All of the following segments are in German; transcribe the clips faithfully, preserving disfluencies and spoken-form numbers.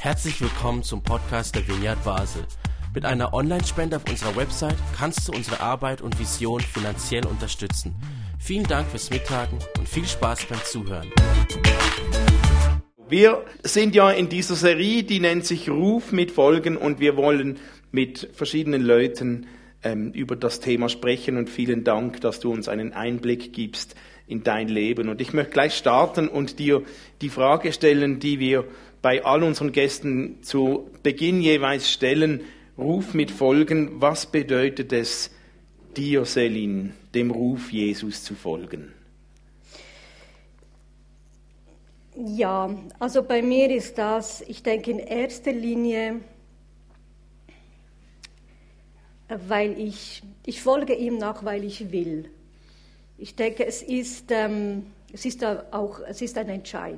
Herzlich willkommen zum Podcast der Vineyard Basel. Mit einer Online-Spende auf unserer Website kannst du unsere Arbeit und Vision finanziell unterstützen. Vielen Dank fürs Mittagen und viel Spaß beim Zuhören. Wir sind ja in dieser Serie, die nennt sich Ruf mit Folgen, und wir wollen mit verschiedenen Leuten ähm, über das Thema sprechen, und vielen Dank, dass du uns einen Einblick gibst in dein Leben. Und ich möchte gleich starten und dir die Frage stellen, die wir bei all unseren Gästen zu Beginn jeweils stellen: Ruf mit Folgen, was bedeutet es dir, Selin, dem Ruf Jesus zu folgen? Ja, also bei mir ist das, ich denke in erster Linie, weil ich, ich folge ihm nach, weil ich will. Ich denke, es ist, ähm, es ist auch, es ist ein Entscheid.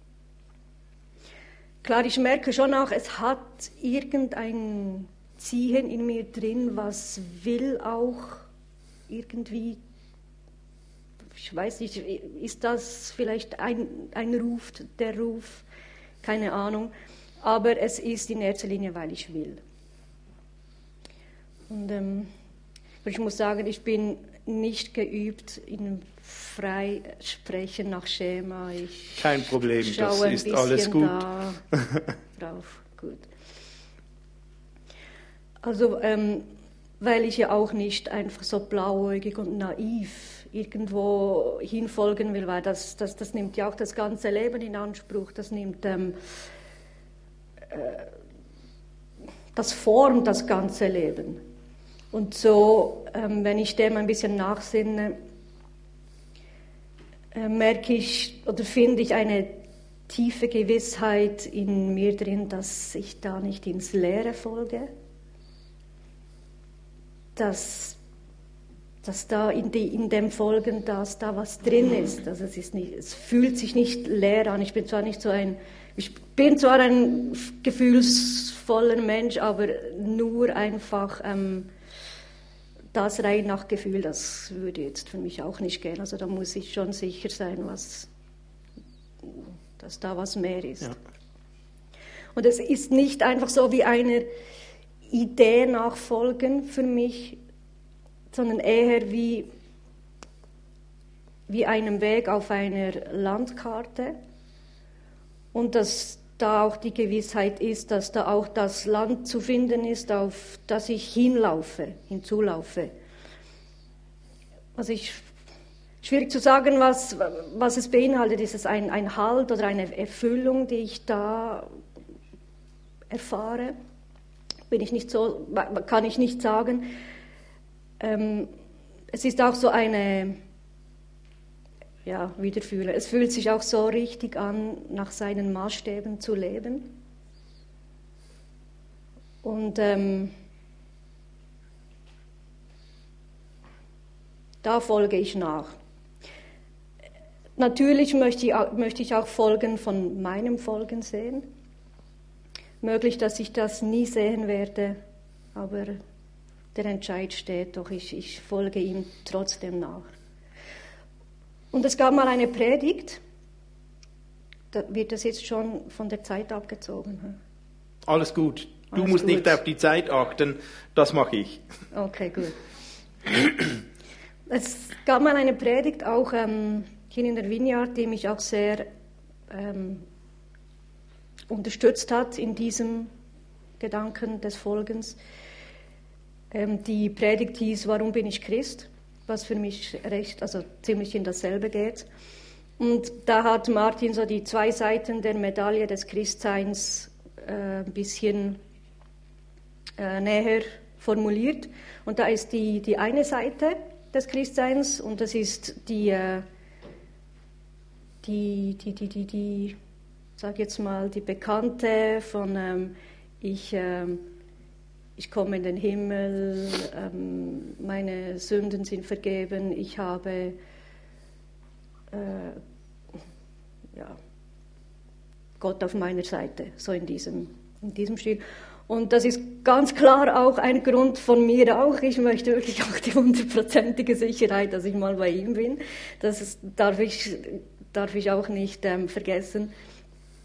Klar, ich merke schon auch, es hat irgendein Ziehen in mir drin, was will auch irgendwie, ich weiß nicht, ist das vielleicht ein, ein Ruf, der Ruf, keine Ahnung, aber es ist in erster Linie, weil ich will. Und ähm, ich muss sagen, ich bin nicht geübt in Freisprechen nach Schema. Ich Kein Problem, das ein ist alles gut. Da drauf. Gut. Also, ähm, weil ich ja auch nicht einfach so blauäugig und naiv irgendwo hinfolgen will, weil das, das, das nimmt ja auch das ganze Leben in Anspruch, das nimmt, ähm, äh, das formt das ganze Leben. Und so, ähm, wenn ich dem ein bisschen nachsinne, äh, merke ich oder finde ich eine tiefe Gewissheit in mir drin, dass ich da nicht ins Leere folge, dass, dass da in, die, in dem Folgen, dass da was drin ist. Also es ist nicht, es fühlt sich nicht leer an. Ich bin zwar nicht so ein, ich bin zwar ein gefühlsvoller Mensch, aber nur einfach ähm, das rein nach Gefühl, das würde jetzt für mich auch nicht gehen. Also da muss ich schon sicher sein, was, dass da was mehr ist. Ja. Und es ist nicht einfach so wie einer Idee nachfolgen für mich, sondern eher wie, wie einem Weg auf einer Landkarte, und dass da auch die Gewissheit ist, dass da auch das Land zu finden ist, auf das ich hinlaufe, hinzulaufe. Also ich, schwierig zu sagen, was, was es beinhaltet. Ist es ein, ein Halt oder eine Erfüllung, die ich da erfahre? Bin ich nicht so, kann ich nicht sagen. Ähm, es ist auch so eine, ja, Wiederfühlen. Es fühlt sich auch so richtig an, nach seinen Maßstäben zu leben. Und ähm, da folge ich nach. Natürlich möchte ich, möchte ich auch Folgen von meinem Folgen sehen. Möglich, dass ich das nie sehen werde, aber der Entscheid steht doch, ich, ich folge ihm trotzdem nach. Und es gab mal eine Predigt, da wird das jetzt schon von der Zeit abgezogen. Hm? Alles gut, du Alles musst gut. nicht auf die Zeit achten, das mache ich. Okay, gut. Es gab mal eine Predigt, auch ähm, hier in der Vineyard, die mich auch sehr ähm, unterstützt hat in diesem Gedanken des Folgens. Ähm, die Predigt hieß, warum bin ich Christ? Was für mich recht, also ziemlich in dasselbe geht. Und da hat Martin so die zwei Seiten der Medaille des Christseins äh, ein bisschen äh, näher formuliert. Und da ist die, die eine Seite des Christseins, und das ist die, äh, die, die, die, die, die, sag jetzt mal, die bekannte von ähm, ich, ähm, ich komme in den Himmel, ähm, meine Sünden sind vergeben, ich habe äh, ja, Gott auf meiner Seite, so in diesem, in diesem Stil. Und das ist ganz klar auch ein Grund von mir auch. Ich möchte wirklich auch die hundertprozentige Sicherheit, dass ich mal bei ihm bin. Das ist, darf ich, darf ich auch nicht ähm, vergessen.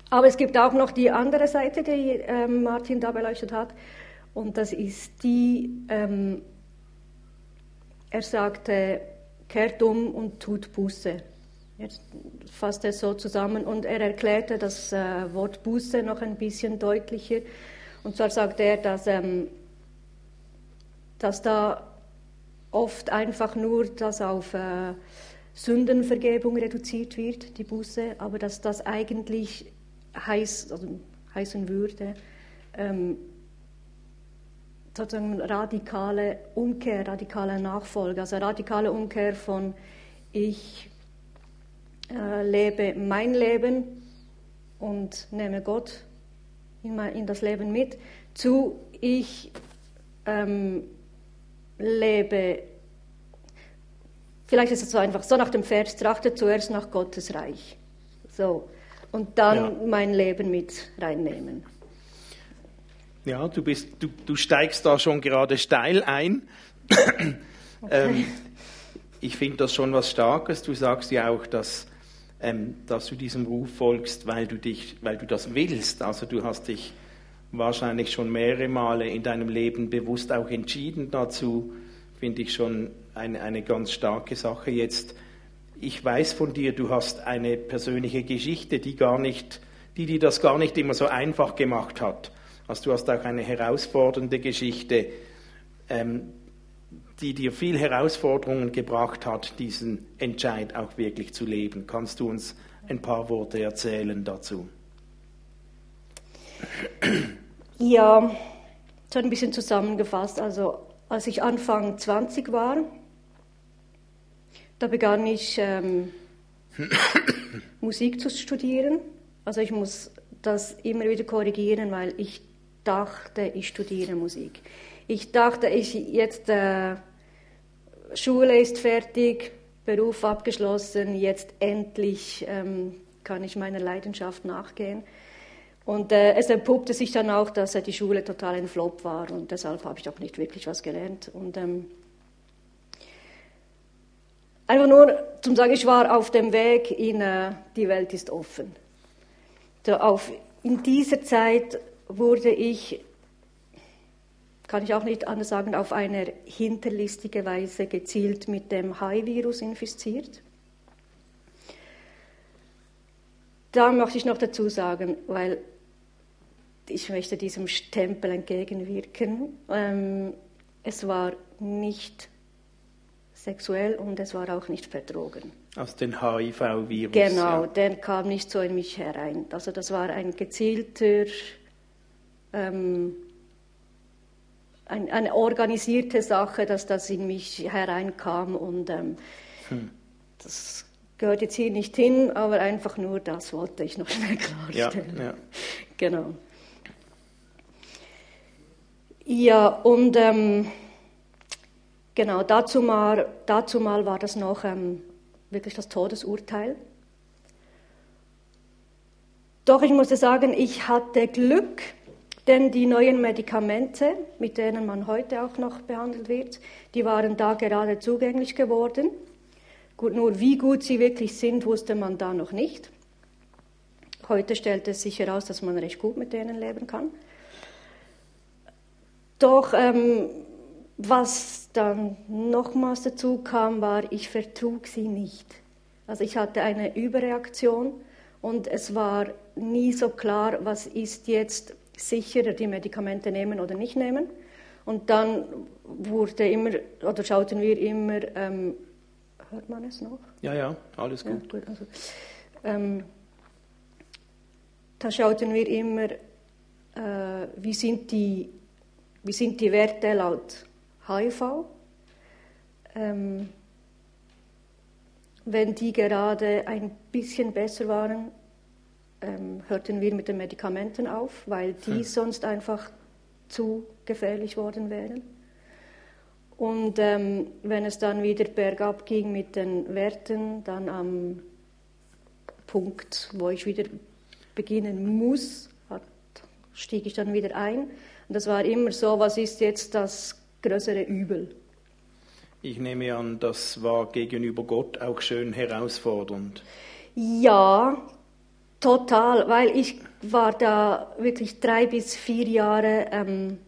Aber es gibt auch noch die andere Seite, die ähm, Martin da beleuchtet hat. Und das ist die, ähm, er sagte, kehrt um und tut Buße. Jetzt fasst er so zusammen und er erklärte das äh, Wort Buße noch ein bisschen deutlicher. Und zwar sagt er, dass, ähm, dass da oft einfach nur das auf äh, Sündenvergebung reduziert wird, die Buße, aber dass das eigentlich heißt, also heißen würde, ähm, sozusagen radikale Umkehr, radikale Nachfolge, also radikale Umkehr von ich äh, lebe mein Leben und nehme Gott in, mein, in das Leben mit, zu ich ähm, lebe, vielleicht ist es so einfach, so nach dem Vers, trachte zuerst nach Gottes Reich, so, und dann ja. mein Leben mit reinnehmen. Ja, du, bist, du, du steigst da schon gerade steil ein. Okay. ähm, ich finde das schon was Starkes. Du sagst ja auch, dass, ähm, dass du diesem Ruf folgst, weil du, dich, weil du das willst. Also du hast dich wahrscheinlich schon mehrere Male in deinem Leben bewusst auch entschieden dazu. Finde ich schon eine, eine ganz starke Sache. Jetzt, ich weiß von dir, du hast eine persönliche Geschichte, die, gar nicht, die dir das gar nicht immer so einfach gemacht hat. Also du hast auch eine herausfordernde Geschichte, ähm, die dir viel Herausforderungen gebracht hat, diesen Entscheid auch wirklich zu leben. Kannst du uns ein paar Worte erzählen dazu? Ja, so ein bisschen zusammengefasst. Also als ich Anfang zwanzig war, da begann ich ähm, Musik zu studieren. Also ich muss das immer wieder korrigieren, weil ich dachte, ich studiere Musik. Ich dachte, ich jetzt äh, Schule ist fertig, Beruf abgeschlossen, jetzt endlich ähm, kann ich meiner Leidenschaft nachgehen. Und äh, es entpuppte sich dann auch, dass äh, die Schule total ein Flop war und deshalb habe ich auch nicht wirklich was gelernt. Und ähm, einfach nur zum sagen, ich war auf dem Weg in äh, die Welt ist offen. So, auf, in dieser Zeit wurde ich, kann ich auch nicht anders sagen, auf eine hinterlistige Weise gezielt mit dem H I V-Virus infiziert. Da möchte ich noch dazu sagen, weil ich möchte diesem Stempel entgegenwirken. Ähm, es war nicht sexuell und es war auch nicht verdrogen. Aus dem H I V-Virus. Genau, ja. Der kam nicht so in mich herein. Also das war ein gezielter, ähm, ein, eine organisierte Sache, dass das in mich hereinkam und ähm, hm. das gehört jetzt hier nicht hin, aber einfach nur das wollte ich noch schnell klarstellen. Ja, ja. Genau. Ja, und ähm, genau, dazu mal, dazu mal war das noch ähm, wirklich das Todesurteil. Doch ich musste sagen, ich hatte Glück, denn die neuen Medikamente, mit denen man heute auch noch behandelt wird, die waren da gerade zugänglich geworden. Gut, nur wie gut sie wirklich sind, wusste man da noch nicht. Heute stellt es sich heraus, dass man recht gut mit denen leben kann. Doch ähm, was dann nochmals dazu kam, war, ich vertrug sie nicht. Also ich hatte eine Überreaktion und es war nie so klar, was ist jetzt sicherer, die Medikamente nehmen oder nicht nehmen. Und dann wurde immer, oder schauten wir immer, ähm, hört man es noch? Ja, ja, alles gut. Ja, gut also, ähm, da schauten wir immer, äh, wie sind die, wie sind die Werte laut H I V. Ähm, wenn die gerade ein bisschen besser waren, ähm, hörten wir mit den Medikamenten auf, weil die hm. sonst einfach zu gefährlich worden wären. Und ähm, wenn es dann wieder bergab ging mit den Werten, dann am Punkt, wo ich wieder beginnen muss, hat, stieg ich dann wieder ein. Und das war immer so, was ist jetzt das größere Übel? Ich nehme an, das war gegenüber Gott auch schön herausfordernd. Ja, Total, weil ich war da wirklich drei bis vier Jahre ähm,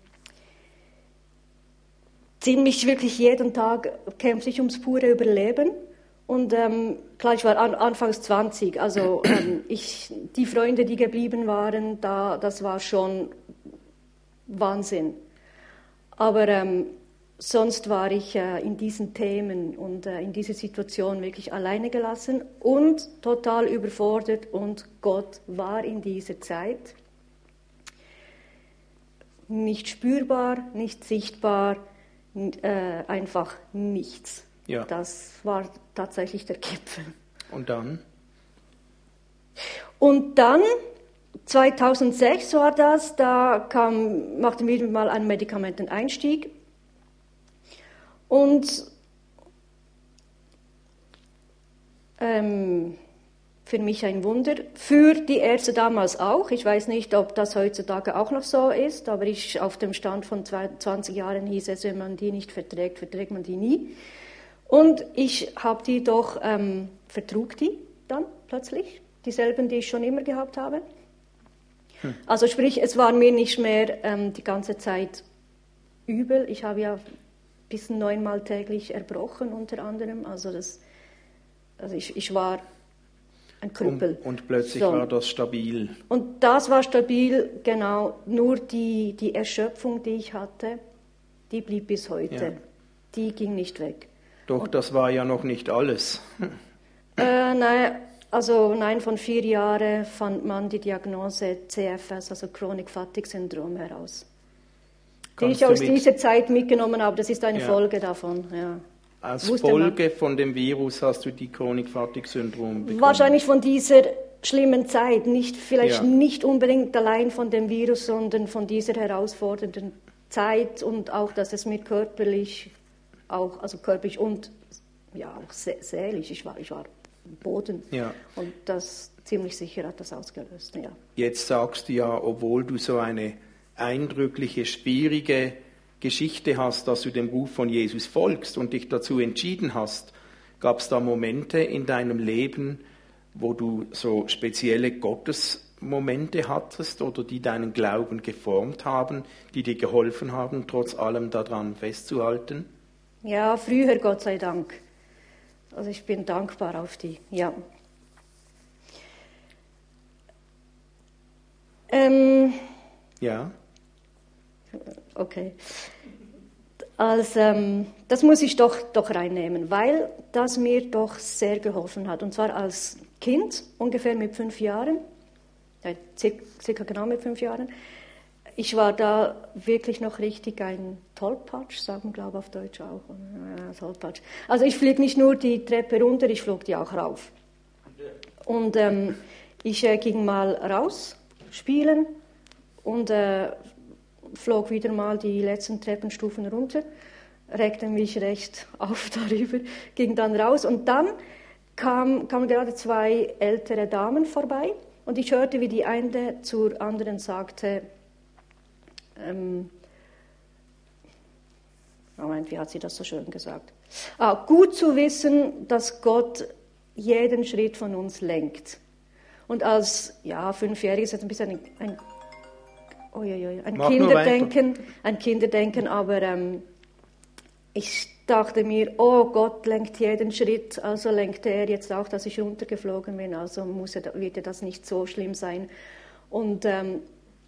ziemlich wirklich jeden Tag kämpfe ich ums pure Überleben. Und ähm, klar, ich war an, anfangs zwanzig, also ähm, ich, die Freunde, die geblieben waren, da, das war schon Wahnsinn. Aber ähm, sonst war ich äh, in diesen Themen und äh, in dieser Situation wirklich alleine gelassen und total überfordert. Und Gott war in dieser Zeit nicht spürbar, nicht sichtbar, äh, einfach nichts. Ja. Das war tatsächlich der Gipfel. Und dann? Und dann, zweitausendsechs war das, da kam, machten wir mal einen Medikamenteneinstieg. Und ähm, für mich ein Wunder, für die Ärzte damals auch. Ich weiß nicht, ob das heutzutage auch noch so ist, aber ich, auf dem Stand von zwanzig Jahren hieß es, wenn man die nicht verträgt, verträgt man die nie. Und ich habe die doch, ähm, vertrug die dann plötzlich, dieselben, die ich schon immer gehabt habe. Hm. Also sprich, es war mir nicht mehr ähm, die ganze Zeit übel. Ich habe ja bis neunmal täglich erbrochen unter anderem. Also, das, also ich, ich war ein Krüppel. Und, und plötzlich so. War das stabil. Und das war stabil, genau. Nur die, die Erschöpfung, die ich hatte, die blieb bis heute. Ja. Die ging nicht weg. Doch, und, das war ja noch nicht alles. Äh, nein, also nein, von vier Jahren fand man die Diagnose C F S, also Chronic Fatigue Syndrom, heraus. Kannst die ich aus mit, dieser Zeit mitgenommen habe, das ist eine ja. Folge davon. Ja. Als Wusste Folge man. Von dem Virus hast du die Chronic Fatigue Syndrom bekommen? Wahrscheinlich von dieser schlimmen Zeit, nicht, vielleicht ja. nicht unbedingt allein von dem Virus, sondern von dieser herausfordernden Zeit und auch, dass es mir körperlich, auch, also körperlich und ja, auch seelisch, ich war, ich war am Boden ja. und das ziemlich sicher hat das ausgelöst. Ja. Jetzt sagst du ja, obwohl du so eine eindrückliche, schwierige Geschichte hast, dass du dem Ruf von Jesus folgst und dich dazu entschieden hast, gab es da Momente in deinem Leben, wo du so spezielle Gottesmomente hattest oder die deinen Glauben geformt haben, die dir geholfen haben, trotz allem daran festzuhalten? Ja, früher, Gott sei Dank. Also ich bin dankbar auf die, ja. Ähm, ja. Okay. Also, ähm, das muss ich doch, doch reinnehmen, weil das mir doch sehr geholfen hat. Und zwar als Kind, ungefähr mit fünf Jahren, ja, circa, circa genau mit fünf Jahren. Ich war da wirklich noch richtig ein Tollpatsch, sagen glaube ich auf Deutsch auch. Ja, Tollpatsch. Also ich fliege nicht nur die Treppe runter, ich flog die auch rauf. Und ähm, ich äh, ging mal raus, spielen und äh, flog wieder mal die letzten Treppenstufen runter, regte mich recht auf darüber, ging dann raus und dann kam, kamen gerade zwei ältere Damen vorbei und ich hörte, wie die eine zur anderen sagte, ähm, Moment, wie hat sie das so schön gesagt? Ah, gut zu wissen, dass Gott jeden Schritt von uns lenkt. Und als ja, Fünfjähriger ist das ein bisschen ein, ein Uiuiui. Ein Kinderdenken, ein Kinderdenken, aber ähm, ich dachte mir, oh Gott lenkt jeden Schritt, also lenkte er jetzt auch, dass ich runtergeflogen bin, also muss er, wird ja das nicht so schlimm sein. Und ähm,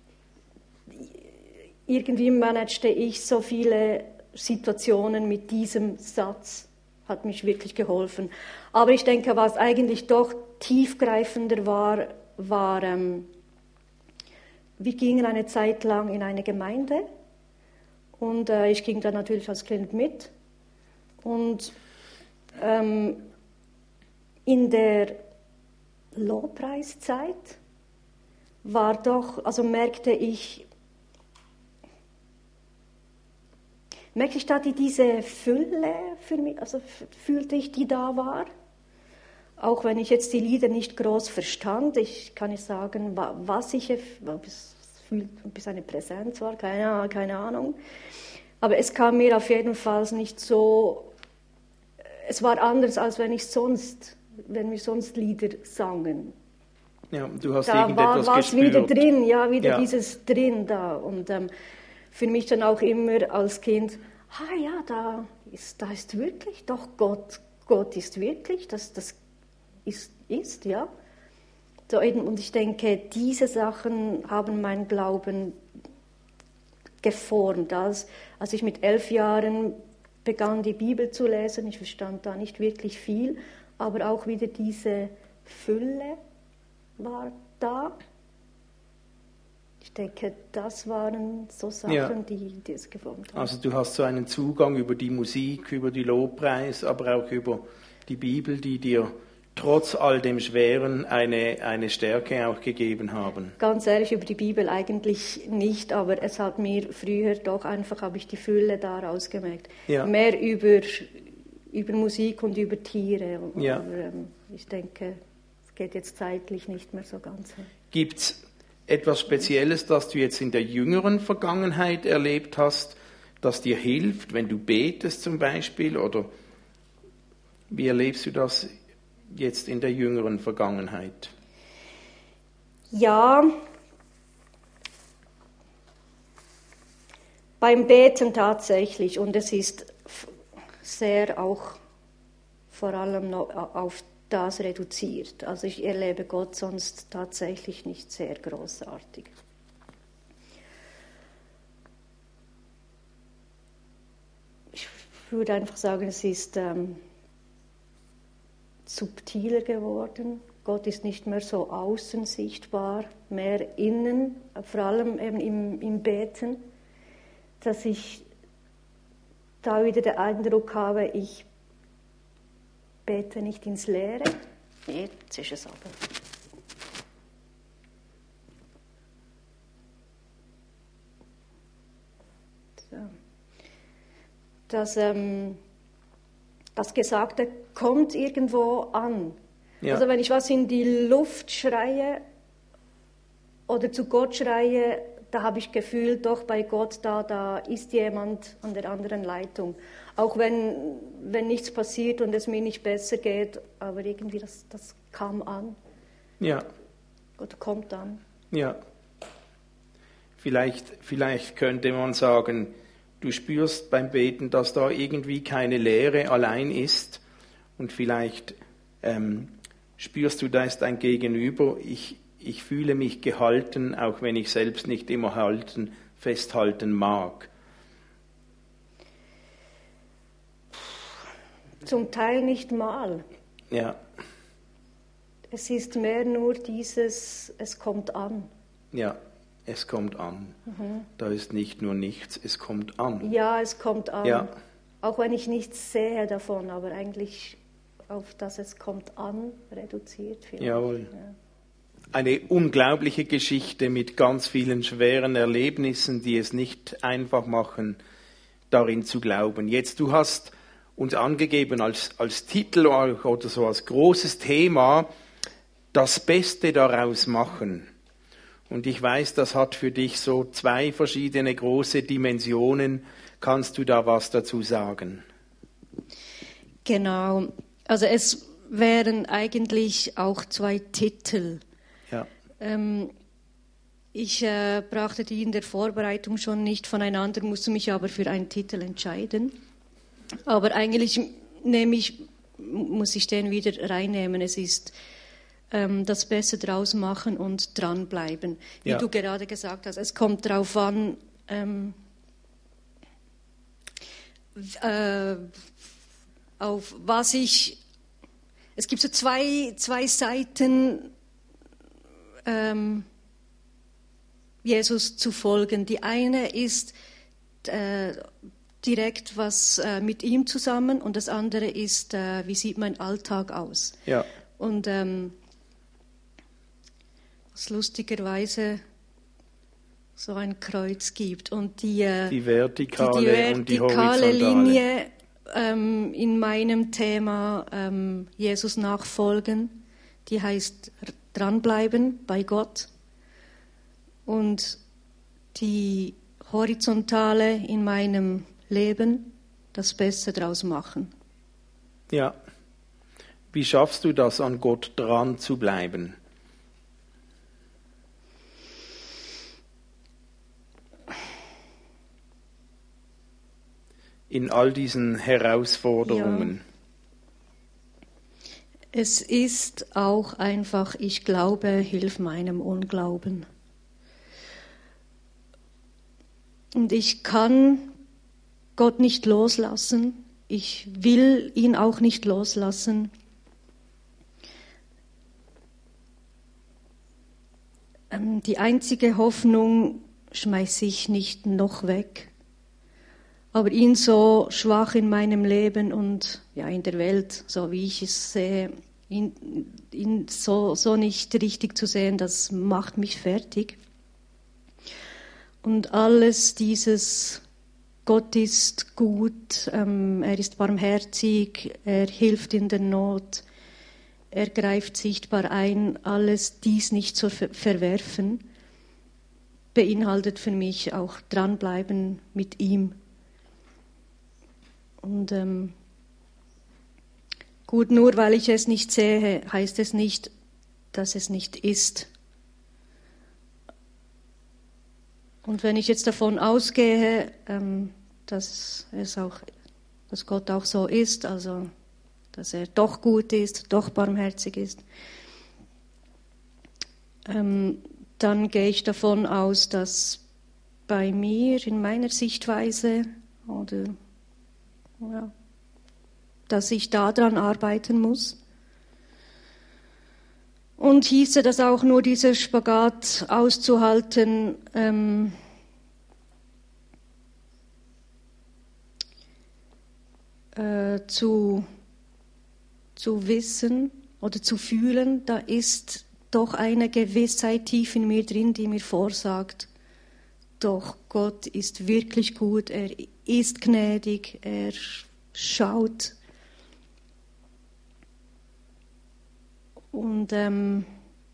irgendwie managte ich so viele Situationen mit diesem Satz, hat mich wirklich geholfen. Aber ich denke, was eigentlich doch tiefgreifender war, war... Ähm, Wir gingen eine Zeit lang in eine Gemeinde und äh, ich ging da natürlich als Kind mit. Und ähm, in der Lobpreiszeit war doch, also merkte ich, merkte ich da die, diese Fülle für mich, also fühlte ich, die da war. Auch wenn ich jetzt die Lieder nicht groß verstand, ich kann nicht sagen, was ich, es bis eine Präsenz war, keine, keine Ahnung. Aber es kam mir auf jeden Fall nicht so, es war anders, als wenn ich sonst, wenn wir sonst Lieder sangen. Ja, du hast da irgendetwas war was gespürt. wieder drin, ja, wieder Ja. dieses drin da. Und ähm, für mich dann auch immer als Kind, ah ja, da ist, da ist wirklich doch Gott. Gott ist wirklich, das, das ist, ist, ja. So eben, und ich denke, diese Sachen haben meinen Glauben geformt. Als, als ich mit elf Jahren begann, die Bibel zu lesen, ich verstand da nicht wirklich viel, aber auch wieder diese Fülle war da. Ich denke, das waren so Sachen, Ja. die, die es geformt haben. Also du hast so einen Zugang über die Musik, über die Lobpreis, aber auch über die Bibel, die dir trotz all dem Schweren eine, eine Stärke auch gegeben haben. Ganz ehrlich, über die Bibel eigentlich nicht, aber es hat mir früher doch einfach, habe ich die Fülle daraus gemerkt. Ja. Mehr über, über Musik und über Tiere. Ja. Aber, ähm, ich denke, es geht jetzt zeitlich nicht mehr so ganz. Gibt es etwas Spezielles, das du jetzt in der jüngeren Vergangenheit erlebt hast, das dir hilft, wenn du betest zum Beispiel? Oder wie erlebst du das jetzt in der jüngeren Vergangenheit? Ja, beim Beten tatsächlich. Und es ist f- sehr auch vor allem noch auf das reduziert. Also ich erlebe Gott sonst tatsächlich nicht sehr großartig. Ich würde einfach sagen, es ist ähm, subtiler geworden. Gott ist nicht mehr so außen sichtbar, mehr innen, vor allem eben im, im Beten, dass ich da wieder den Eindruck habe, ich bete nicht ins Leere. Jetzt ist es aber. So. Das, ähm, das Gesagte kommt irgendwo an. Ja. Also wenn ich was in die Luft schreie oder zu Gott schreie, da habe ich Gefühl, doch bei Gott, da, da ist jemand an der anderen Leitung. Auch wenn, wenn nichts passiert und es mir nicht besser geht, aber irgendwie das, das kam an. Ja, Oder kommt an. ja. Vielleicht, vielleicht könnte man sagen, du spürst beim Beten, dass da irgendwie keine Leere allein ist und vielleicht ähm, spürst du, da ist ein Gegenüber, ich, ich fühle mich gehalten, auch wenn ich selbst nicht immer halten, festhalten mag. Zum Teil nicht mal. Ja, Es ist mehr nur dieses, es kommt an. ja, es kommt an. Da ist nicht nur nichts, es kommt an. Ja, es kommt an. Ja. Auch wenn ich nichts sehe davon, aber eigentlich auf das es kommt an reduziert. Vielleicht. Jawohl. Ja. Eine unglaubliche Geschichte mit ganz vielen schweren Erlebnissen, die es nicht einfach machen, darin zu glauben. Jetzt, du hast uns angegeben als, als Titel oder so als großes Thema, das Beste daraus machen. Und ich weiß, das hat für dich so zwei verschiedene große Dimensionen. Kannst du da was dazu sagen? Genau. Also es wären eigentlich auch zwei Titel. Ja. Ähm, ich äh, brachte die in der Vorbereitung schon nicht voneinander, musste mich aber für einen Titel entscheiden. Aber eigentlich nehme ich, muss ich den wieder reinnehmen. Es ist ähm, das Beste draus machen und dranbleiben. Wie Ja. du gerade gesagt hast, es kommt darauf an, ähm, äh, auf was ich. Es gibt so zwei, zwei Seiten, ähm, Jesus zu folgen. Die eine ist äh, direkt was äh, mit ihm zusammen und das andere ist, äh, wie sieht mein Alltag aus. Ja. Und ähm, es lustigerweise so ein Kreuz gibt und die, äh, Die vertikale, die, die und die vertikale horizontale. Linie ähm, in meinem Thema ähm, Jesus nachfolgen, die heißt dranbleiben bei Gott. Und die horizontale in meinem Leben, das Beste draus machen. Ja. Wie schaffst du das, an Gott dran zu bleiben? in all diesen Herausforderungen? Ja. Es ist auch einfach, ich glaube, hilf meinem Unglauben. Und ich kann Gott nicht loslassen. Ich will ihn auch nicht loslassen. Ähm, die einzige Hoffnung schmeiße ich nicht noch weg. Aber ihn so schwach in meinem Leben und ja in der Welt, so wie ich es sehe, ihn, ihn so, so nicht richtig zu sehen, das macht mich fertig. Und alles dieses, Gott ist gut, ähm, er ist barmherzig, er hilft in der Not, er greift sichtbar ein, alles dies nicht zu ver- verwerfen, beinhaltet für mich auch dranbleiben mit ihm. Und ähm, gut, nur weil ich es nicht sehe, heißt es nicht, dass es nicht ist. Und wenn ich jetzt davon ausgehe, ähm, dass es auch, dass Gott auch so ist, also dass er doch gut ist, doch barmherzig ist, ähm, dann gehe ich davon aus, dass bei mir in meiner Sichtweise oder ja, dass ich daran arbeiten muss. Und hieße das auch nur, dieser Spagat auszuhalten, ähm, äh, zu, zu wissen oder zu fühlen, da ist doch eine Gewissheit tief in mir drin, die mir vorsagt, doch Gott ist wirklich gut, er ist gnädig, er schaut. Und ähm,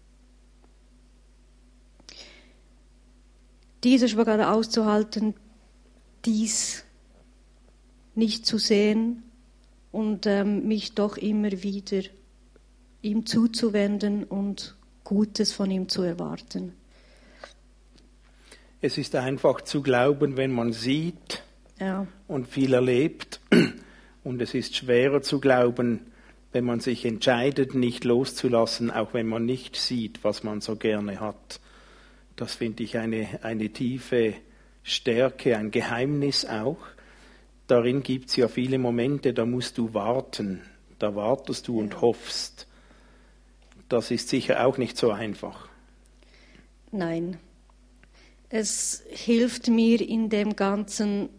diese Spagat auszuhalten, dies nicht zu sehen und ähm, mich doch immer wieder ihm zuzuwenden und Gutes von ihm zu erwarten. Es ist einfach zu glauben, wenn man sieht Ja. und viel erlebt. Und es ist schwerer zu glauben, wenn man sich entscheidet, nicht loszulassen, auch wenn man nicht sieht, was man so gerne hat. Das finde ich eine, eine tiefe Stärke, ein Geheimnis auch. Darin gibt es ja viele Momente, da musst du warten. Da wartest du und hoffst. Das ist sicher auch nicht so einfach. Nein. Es hilft mir in dem Ganzen,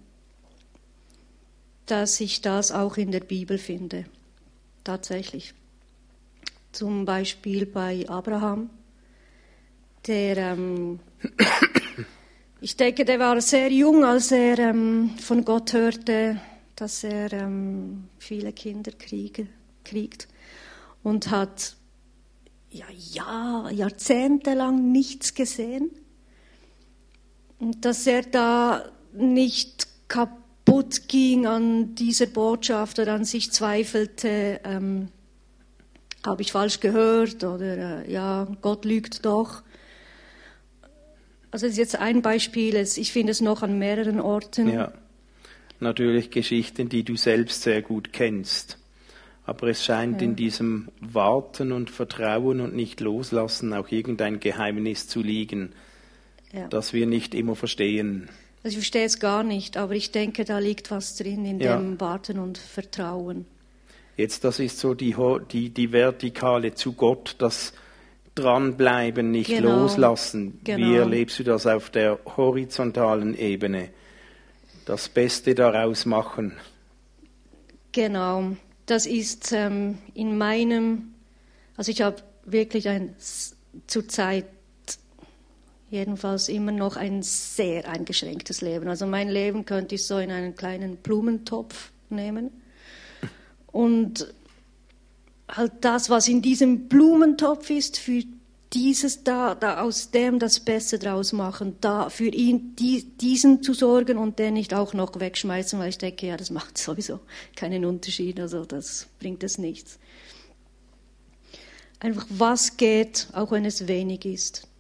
dass ich das auch in der Bibel finde. Tatsächlich. Zum Beispiel bei Abraham, der, ähm, ich denke, der war sehr jung, als er ähm, von Gott hörte, dass er ähm, viele Kinder kriege, kriegt und hat ja, ja, jahrzehntelang nichts gesehen. Und dass er da nicht kaputt ging an dieser Botschaft oder an sich zweifelte, ähm, habe ich falsch gehört oder äh, ja, Gott lügt doch. Also das ist jetzt ein Beispiel, ich finde es noch an mehreren Orten. Ja, natürlich Geschichten, die du selbst sehr gut kennst. Aber es scheint ja. in diesem Warten und Vertrauen und nicht loslassen auch irgendein Geheimnis zu liegen, ja. das wir nicht immer verstehen. Also ich verstehe es gar nicht, aber ich denke, da liegt was drin in ja. dem Warten und Vertrauen. Jetzt, das ist so die, die, die Vertikale zu Gott, das Dranbleiben, nicht genau. loslassen. Genau. Wie erlebst du das auf der horizontalen Ebene? Das Beste daraus machen. Genau. Das ist ähm, in meinem, also ich habe wirklich ein, zurzeit jedenfalls immer noch ein sehr eingeschränktes Leben. Also mein Leben könnte ich so in einen kleinen Blumentopf nehmen. Und halt das, was in diesem Blumentopf ist, für dieses da, da aus dem das Beste draus machen, da für ihn die, diesen zu sorgen und den nicht auch noch wegschmeißen, weil ich denke, ja, das macht sowieso keinen Unterschied, also das bringt es nichts. Einfach, was geht, auch wenn es wenig ist,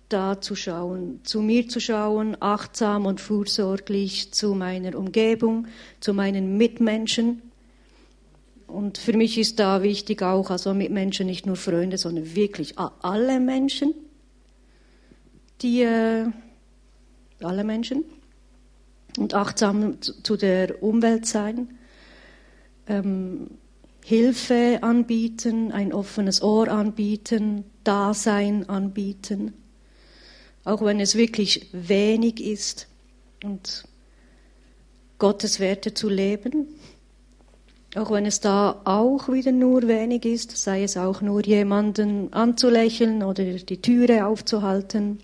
da zu schauen, zu mir zu schauen, achtsam und fürsorglich zu meiner Umgebung, zu meinen Mitmenschen. Und für mich ist da wichtig auch, also Mitmenschen, nicht nur Freunde, sondern wirklich alle Menschen, die, äh, alle Menschen. Und achtsam zu der Umwelt sein, ähm, Hilfe anbieten, ein offenes Ohr anbieten, Dasein anbieten, auch wenn es wirklich wenig ist, und Gottes Werte zu leben, auch wenn es da auch wieder nur wenig ist, sei es auch nur jemanden anzulächeln oder die Türe aufzuhalten.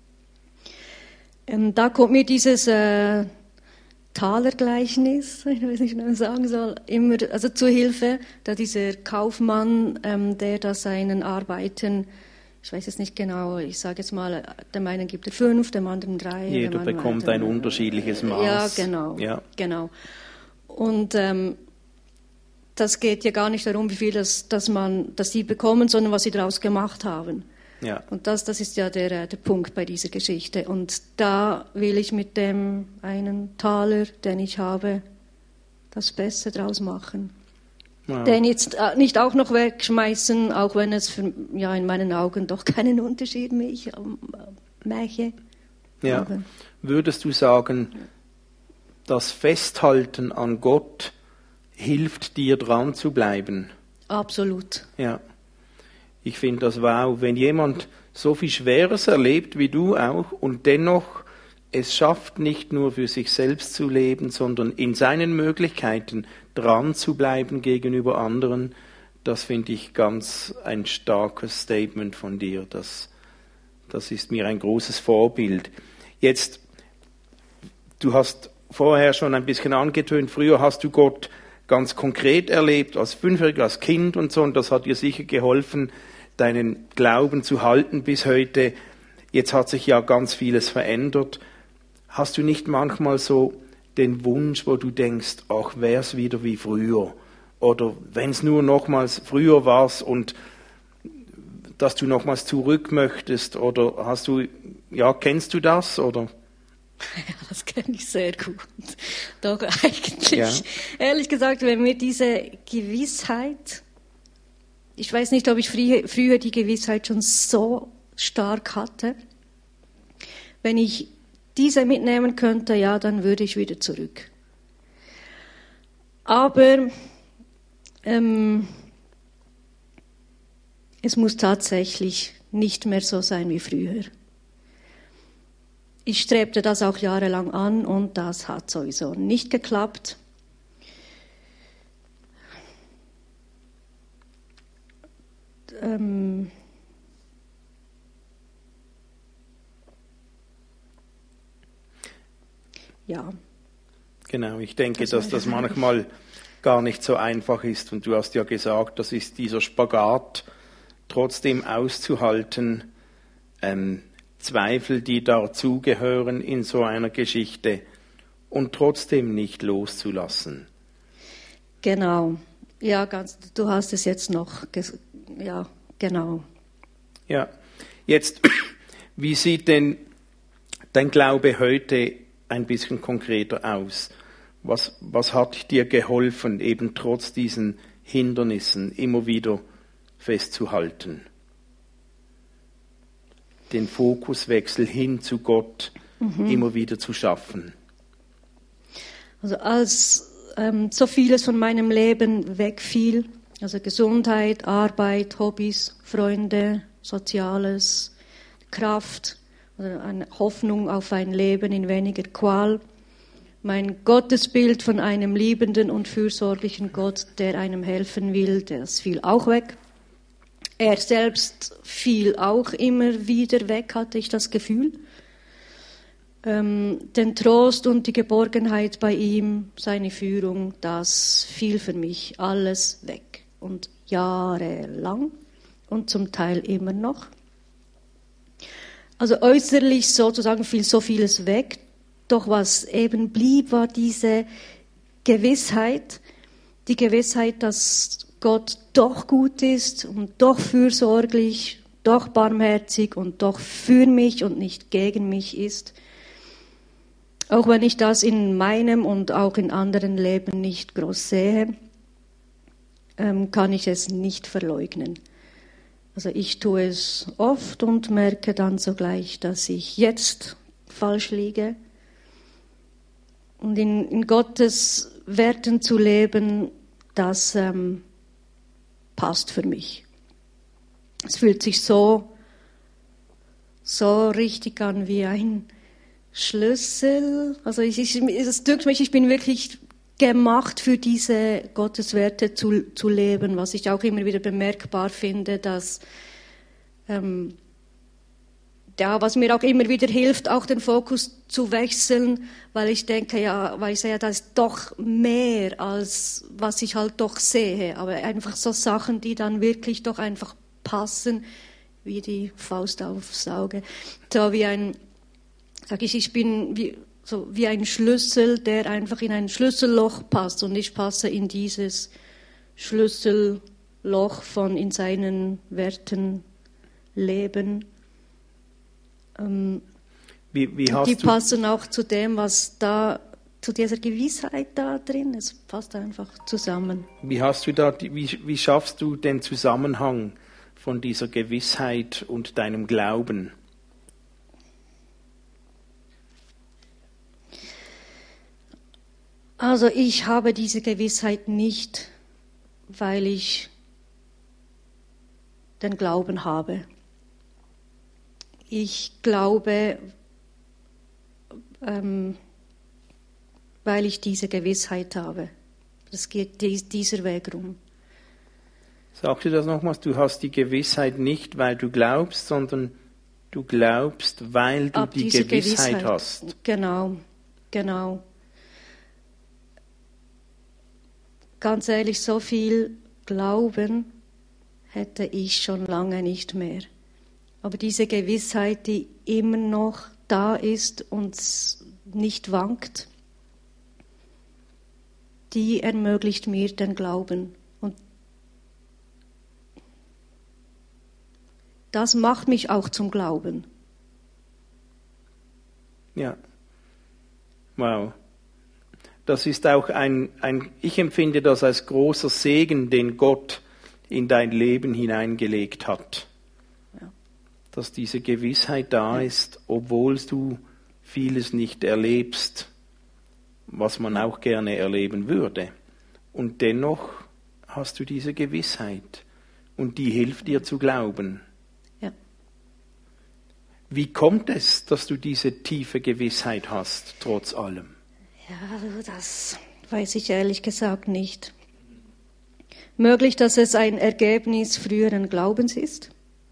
Ähm, da kommt mir dieses äh, Talergleichnis, ich weiß nicht, wie man sagen soll, immer, also zur Hilfe, da dieser Kaufmann, ähm, der da seinen Arbeiten, ich weiß es nicht genau, ich sage jetzt mal, dem einen gibt er fünf, dem anderen drei. Jeder bekommt ein unterschiedliches Maß. Ja, genau, ja. genau. Und ähm, das geht ja gar nicht darum, wie viel das, dass man, dass sie bekommen, sondern was sie daraus gemacht haben. Ja. Und das, das ist ja der, der Punkt bei dieser Geschichte. Und da will ich mit dem einen Taler, den ich habe, das Beste draus machen. Wow. Den jetzt nicht auch noch wegschmeißen, auch wenn es für, ja, in meinen Augen doch keinen Unterschied mache. Ja. Würdest du sagen, das Festhalten an Gott hilft dir, dran zu bleiben? Absolut. Ja. Ich finde das wow, wenn jemand so viel Schweres erlebt wie du auch und dennoch es schafft, nicht nur für sich selbst zu leben, sondern in seinen Möglichkeiten dran zu bleiben gegenüber anderen, das finde ich ganz ein starkes Statement von dir. Das, das ist mir ein großes Vorbild. Jetzt, du hast vorher schon ein bisschen angetönt, früher hast du Gott ganz konkret erlebt, als Fünfjähriger, als Kind und so, und das hat dir sicher geholfen, deinen Glauben zu halten bis heute. Jetzt hat sich ja ganz vieles verändert. Hast du nicht manchmal so den Wunsch, wo du denkst, ach, wär's wieder wie früher? Oder wenn es nur nochmals früher war's und dass du nochmals zurück möchtest? Oder hast du, ja, kennst du das? Oder? Ja, das kenne ich sehr gut. Doch eigentlich, ja. Ehrlich gesagt, wenn mir diese Gewissheit, ich weiß nicht, ob ich früher, früher die Gewissheit schon so stark hatte, wenn ich diese mitnehmen könnte, ja, dann würde ich wieder zurück. Aber ähm, es muss tatsächlich nicht mehr so sein wie früher. Ich strebte das auch jahrelang an und das hat sowieso nicht geklappt. Ähm ja. Genau, ich denke, das dass das manchmal gar nicht so einfach ist. Und du hast ja gesagt, das ist dieser Spagat, trotzdem auszuhalten, ähm, Zweifel, die dazugehören in so einer Geschichte und trotzdem nicht loszulassen. Genau, ja, ganz, du hast es jetzt noch, ges- ja, genau. Ja, jetzt, wie sieht denn dein Glaube heute ein bisschen konkreter aus? Was, was hat dir geholfen, eben trotz diesen Hindernissen immer wieder festzuhalten? Den Fokuswechsel hin zu Gott mhm. immer wieder zu schaffen. Also als ähm, so vieles von meinem Leben wegfiel, also Gesundheit, Arbeit, Hobbys, Freunde, Soziales, Kraft, also eine Hoffnung auf ein Leben in weniger Qual, mein Gottesbild von einem liebenden und fürsorglichen Gott, der einem helfen will, das fiel auch weg. Er selbst fiel auch immer wieder weg, hatte ich das Gefühl. Ähm, den Trost und die Geborgenheit bei ihm, seine Führung, das fiel für mich alles weg. Und jahrelang und zum Teil immer noch. Also äußerlich sozusagen fiel so vieles weg. Doch was eben blieb, war diese Gewissheit, die Gewissheit, dass Gott doch gut ist und doch fürsorglich, doch barmherzig und doch für mich und nicht gegen mich ist. Auch wenn ich das in meinem und auch in anderen Leben nicht groß sehe, ähm, kann ich es nicht verleugnen. Also ich tue es oft und merke dann sogleich, dass ich jetzt falsch liege. Und in, in Gottes Werten zu leben, das ähm, passt für mich. Es fühlt sich so, so richtig an wie ein Schlüssel. Also ich, ich, es drückt mich, ich bin wirklich gemacht für diese Gotteswerte zu, zu leben, was ich auch immer wieder bemerkbar finde, dass ähm, ja, was mir auch immer wieder hilft, auch den Fokus zu wechseln, weil ich denke, ja, weil ich sehe, das ist doch mehr als was ich halt doch sehe, aber einfach so Sachen, die dann wirklich doch einfach passen, wie die Faust aufs Auge, so wie ein, sag ich, ich bin wie, so wie ein Schlüssel, der einfach in ein Schlüsselloch passt und ich passe in dieses Schlüsselloch von in seinen Werten leben. Wie, wie hast die du passen auch zu dem, was da, zu dieser Gewissheit da drin ist. Es passt einfach zusammen. Wie hast du da, wie, wie schaffst du den Zusammenhang von dieser Gewissheit und deinem Glauben? Also ich habe diese Gewissheit nicht, weil ich den Glauben habe. Ich glaube, ähm, weil ich diese Gewissheit habe. Das geht dies, dieser Weg rum. Sag dir das nochmals, du hast die Gewissheit nicht, weil du glaubst, sondern du glaubst, weil du Ab die diese Gewissheit, Gewissheit hast. Genau, genau. Ganz ehrlich, so viel Glauben hätte ich schon lange nicht mehr. Aber diese Gewissheit, die immer noch da ist und nicht wankt, die ermöglicht mir den Glauben. Und das macht mich auch zum Glauben. Ja. Wow. Das ist auch ein, ein, ich empfinde das als großer Segen, den Gott in dein Leben hineingelegt hat. Dass diese Gewissheit da ist, obwohl du vieles nicht erlebst, was man auch gerne erleben würde. Und dennoch hast du diese Gewissheit und die hilft dir zu glauben. Ja. Wie kommt es, dass du diese tiefe Gewissheit hast, trotz allem? Ja, das weiß ich ehrlich gesagt nicht. Möglich, dass es ein Ergebnis früheren Glaubens ist.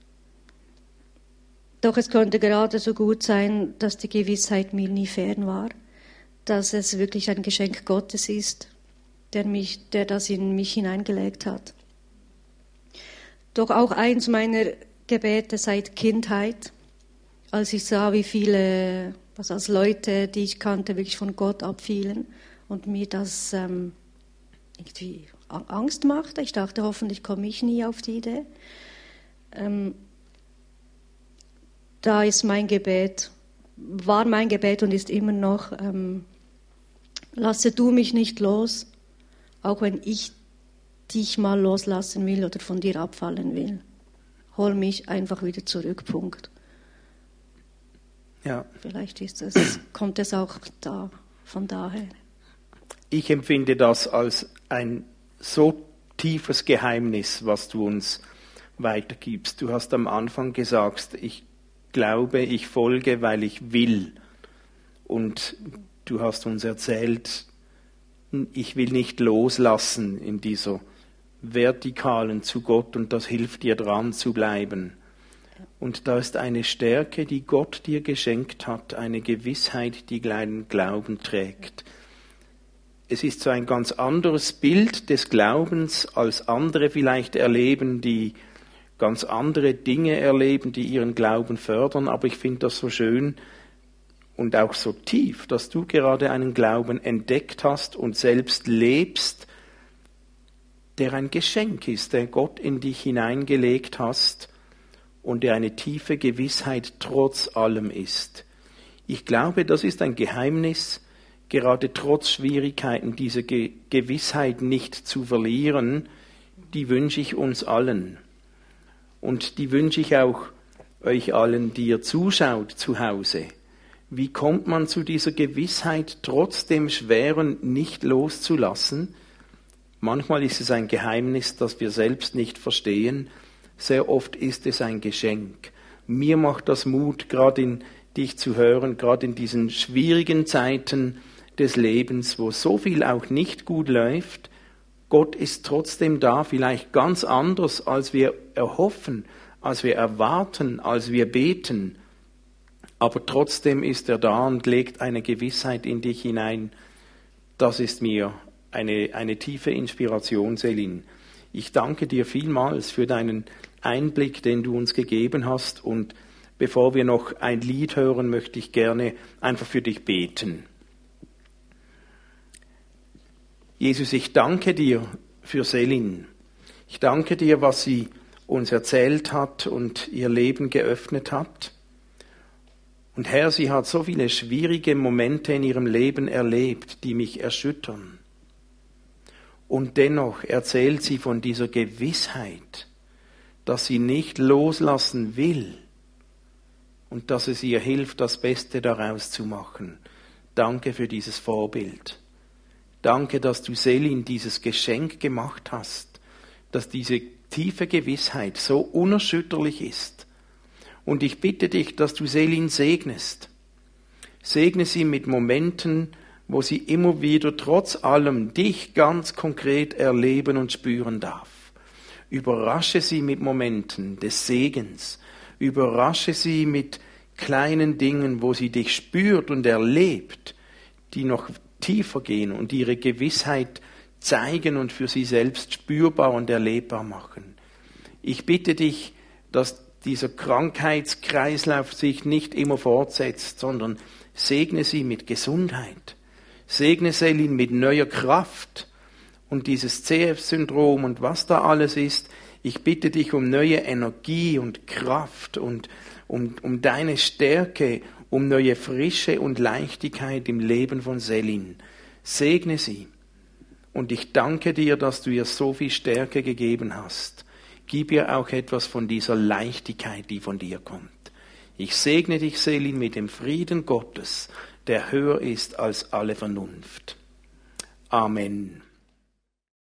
Doch es könnte gerade so gut sein, dass die Gewissheit mir nie fern war, dass es wirklich ein Geschenk Gottes ist, der, mich, der das in mich hineingelegt hat. Doch auch eins meiner Gebete seit Kindheit, als ich sah, wie viele, was als Leute, die ich kannte, wirklich von Gott abfielen und mir das ähm, irgendwie Angst machte. Ich dachte, hoffentlich komme ich nie auf die Idee. Ähm, Da ist mein Gebet, war mein Gebet und ist immer noch, ähm, lasse du mich nicht los, auch wenn ich dich mal loslassen will oder von dir abfallen will. Hol mich einfach wieder zurück, Punkt. Ja. Vielleicht ist es, kommt es auch da, von daher. Ich empfinde das als ein so tiefes Geheimnis, was du uns weitergibst. Du hast am Anfang gesagt, ich glaube, ich folge, weil ich will. Und du hast uns erzählt, ich will nicht loslassen in dieser vertikalen zu Gott und das hilft dir dran zu bleiben. Und da ist eine Stärke, die Gott dir geschenkt hat, eine Gewissheit, die deinen Glauben trägt. Es ist so ein ganz anderes Bild des Glaubens, als andere vielleicht erleben, die ganz andere Dinge erleben, die ihren Glauben fördern, aber ich finde das so schön und auch so tief, dass du gerade einen Glauben entdeckt hast und selbst lebst, der ein Geschenk ist, der Gott in dich hineingelegt hast und der eine tiefe Gewissheit trotz allem ist. Ich glaube, das ist ein Geheimnis, gerade trotz Schwierigkeiten diese Ge- Gewissheit nicht zu verlieren, die wünsche ich uns allen. Und die wünsche ich auch euch allen, die ihr zuschaut zu Hause. Wie kommt man zu dieser Gewissheit, trotz dem Schweren nicht loszulassen? Manchmal ist es ein Geheimnis, das wir selbst nicht verstehen. Sehr oft ist es ein Geschenk. Mir macht das Mut, gerade in dich zu hören, gerade in diesen schwierigen Zeiten des Lebens, wo so viel auch nicht gut läuft. Gott ist trotzdem da, vielleicht ganz anders, als wir erhoffen, als wir erwarten, als wir beten. Aber trotzdem ist er da und legt eine Gewissheit in dich hinein. Das ist mir eine, eine tiefe Inspiration, Selin. Ich danke dir vielmals für deinen Einblick, den du uns gegeben hast. Und bevor wir noch ein Lied hören, möchte ich gerne einfach für dich beten. Jesus, ich danke dir für Selin. Ich danke dir, was sie uns erzählt hat und ihr Leben geöffnet hat. Und Herr, sie hat so viele schwierige Momente in ihrem Leben erlebt, die mich erschüttern. Und dennoch erzählt sie von dieser Gewissheit, dass sie nicht loslassen will und dass es ihr hilft, das Beste daraus zu machen. Danke für dieses Vorbild. Danke, dass du Selin dieses Geschenk gemacht hast, dass diese tiefe Gewissheit so unerschütterlich ist. Und ich bitte dich, dass du Selin segnest. Segne sie mit Momenten, wo sie immer wieder trotz allem dich ganz konkret erleben und spüren darf. Überrasche sie mit Momenten des Segens. Überrasche sie mit kleinen Dingen, wo sie dich spürt und erlebt, die noch tiefer gehen und ihre Gewissheit zeigen und für sie selbst spürbar und erlebbar machen. Ich bitte dich, dass dieser Krankheitskreislauf sich nicht immer fortsetzt, sondern segne sie mit Gesundheit. Segne Selin mit neuer Kraft und dieses C F-Syndrom und was da alles ist. Ich bitte dich um neue Energie und Kraft und um, um deine Stärke, um neue Frische und Leichtigkeit im Leben von Selin. Segne sie. Und ich danke dir, dass du ihr so viel Stärke gegeben hast. Gib ihr auch etwas von dieser Leichtigkeit, die von dir kommt. Ich segne dich, Selin, mit dem Frieden Gottes, der höher ist als alle Vernunft. Amen.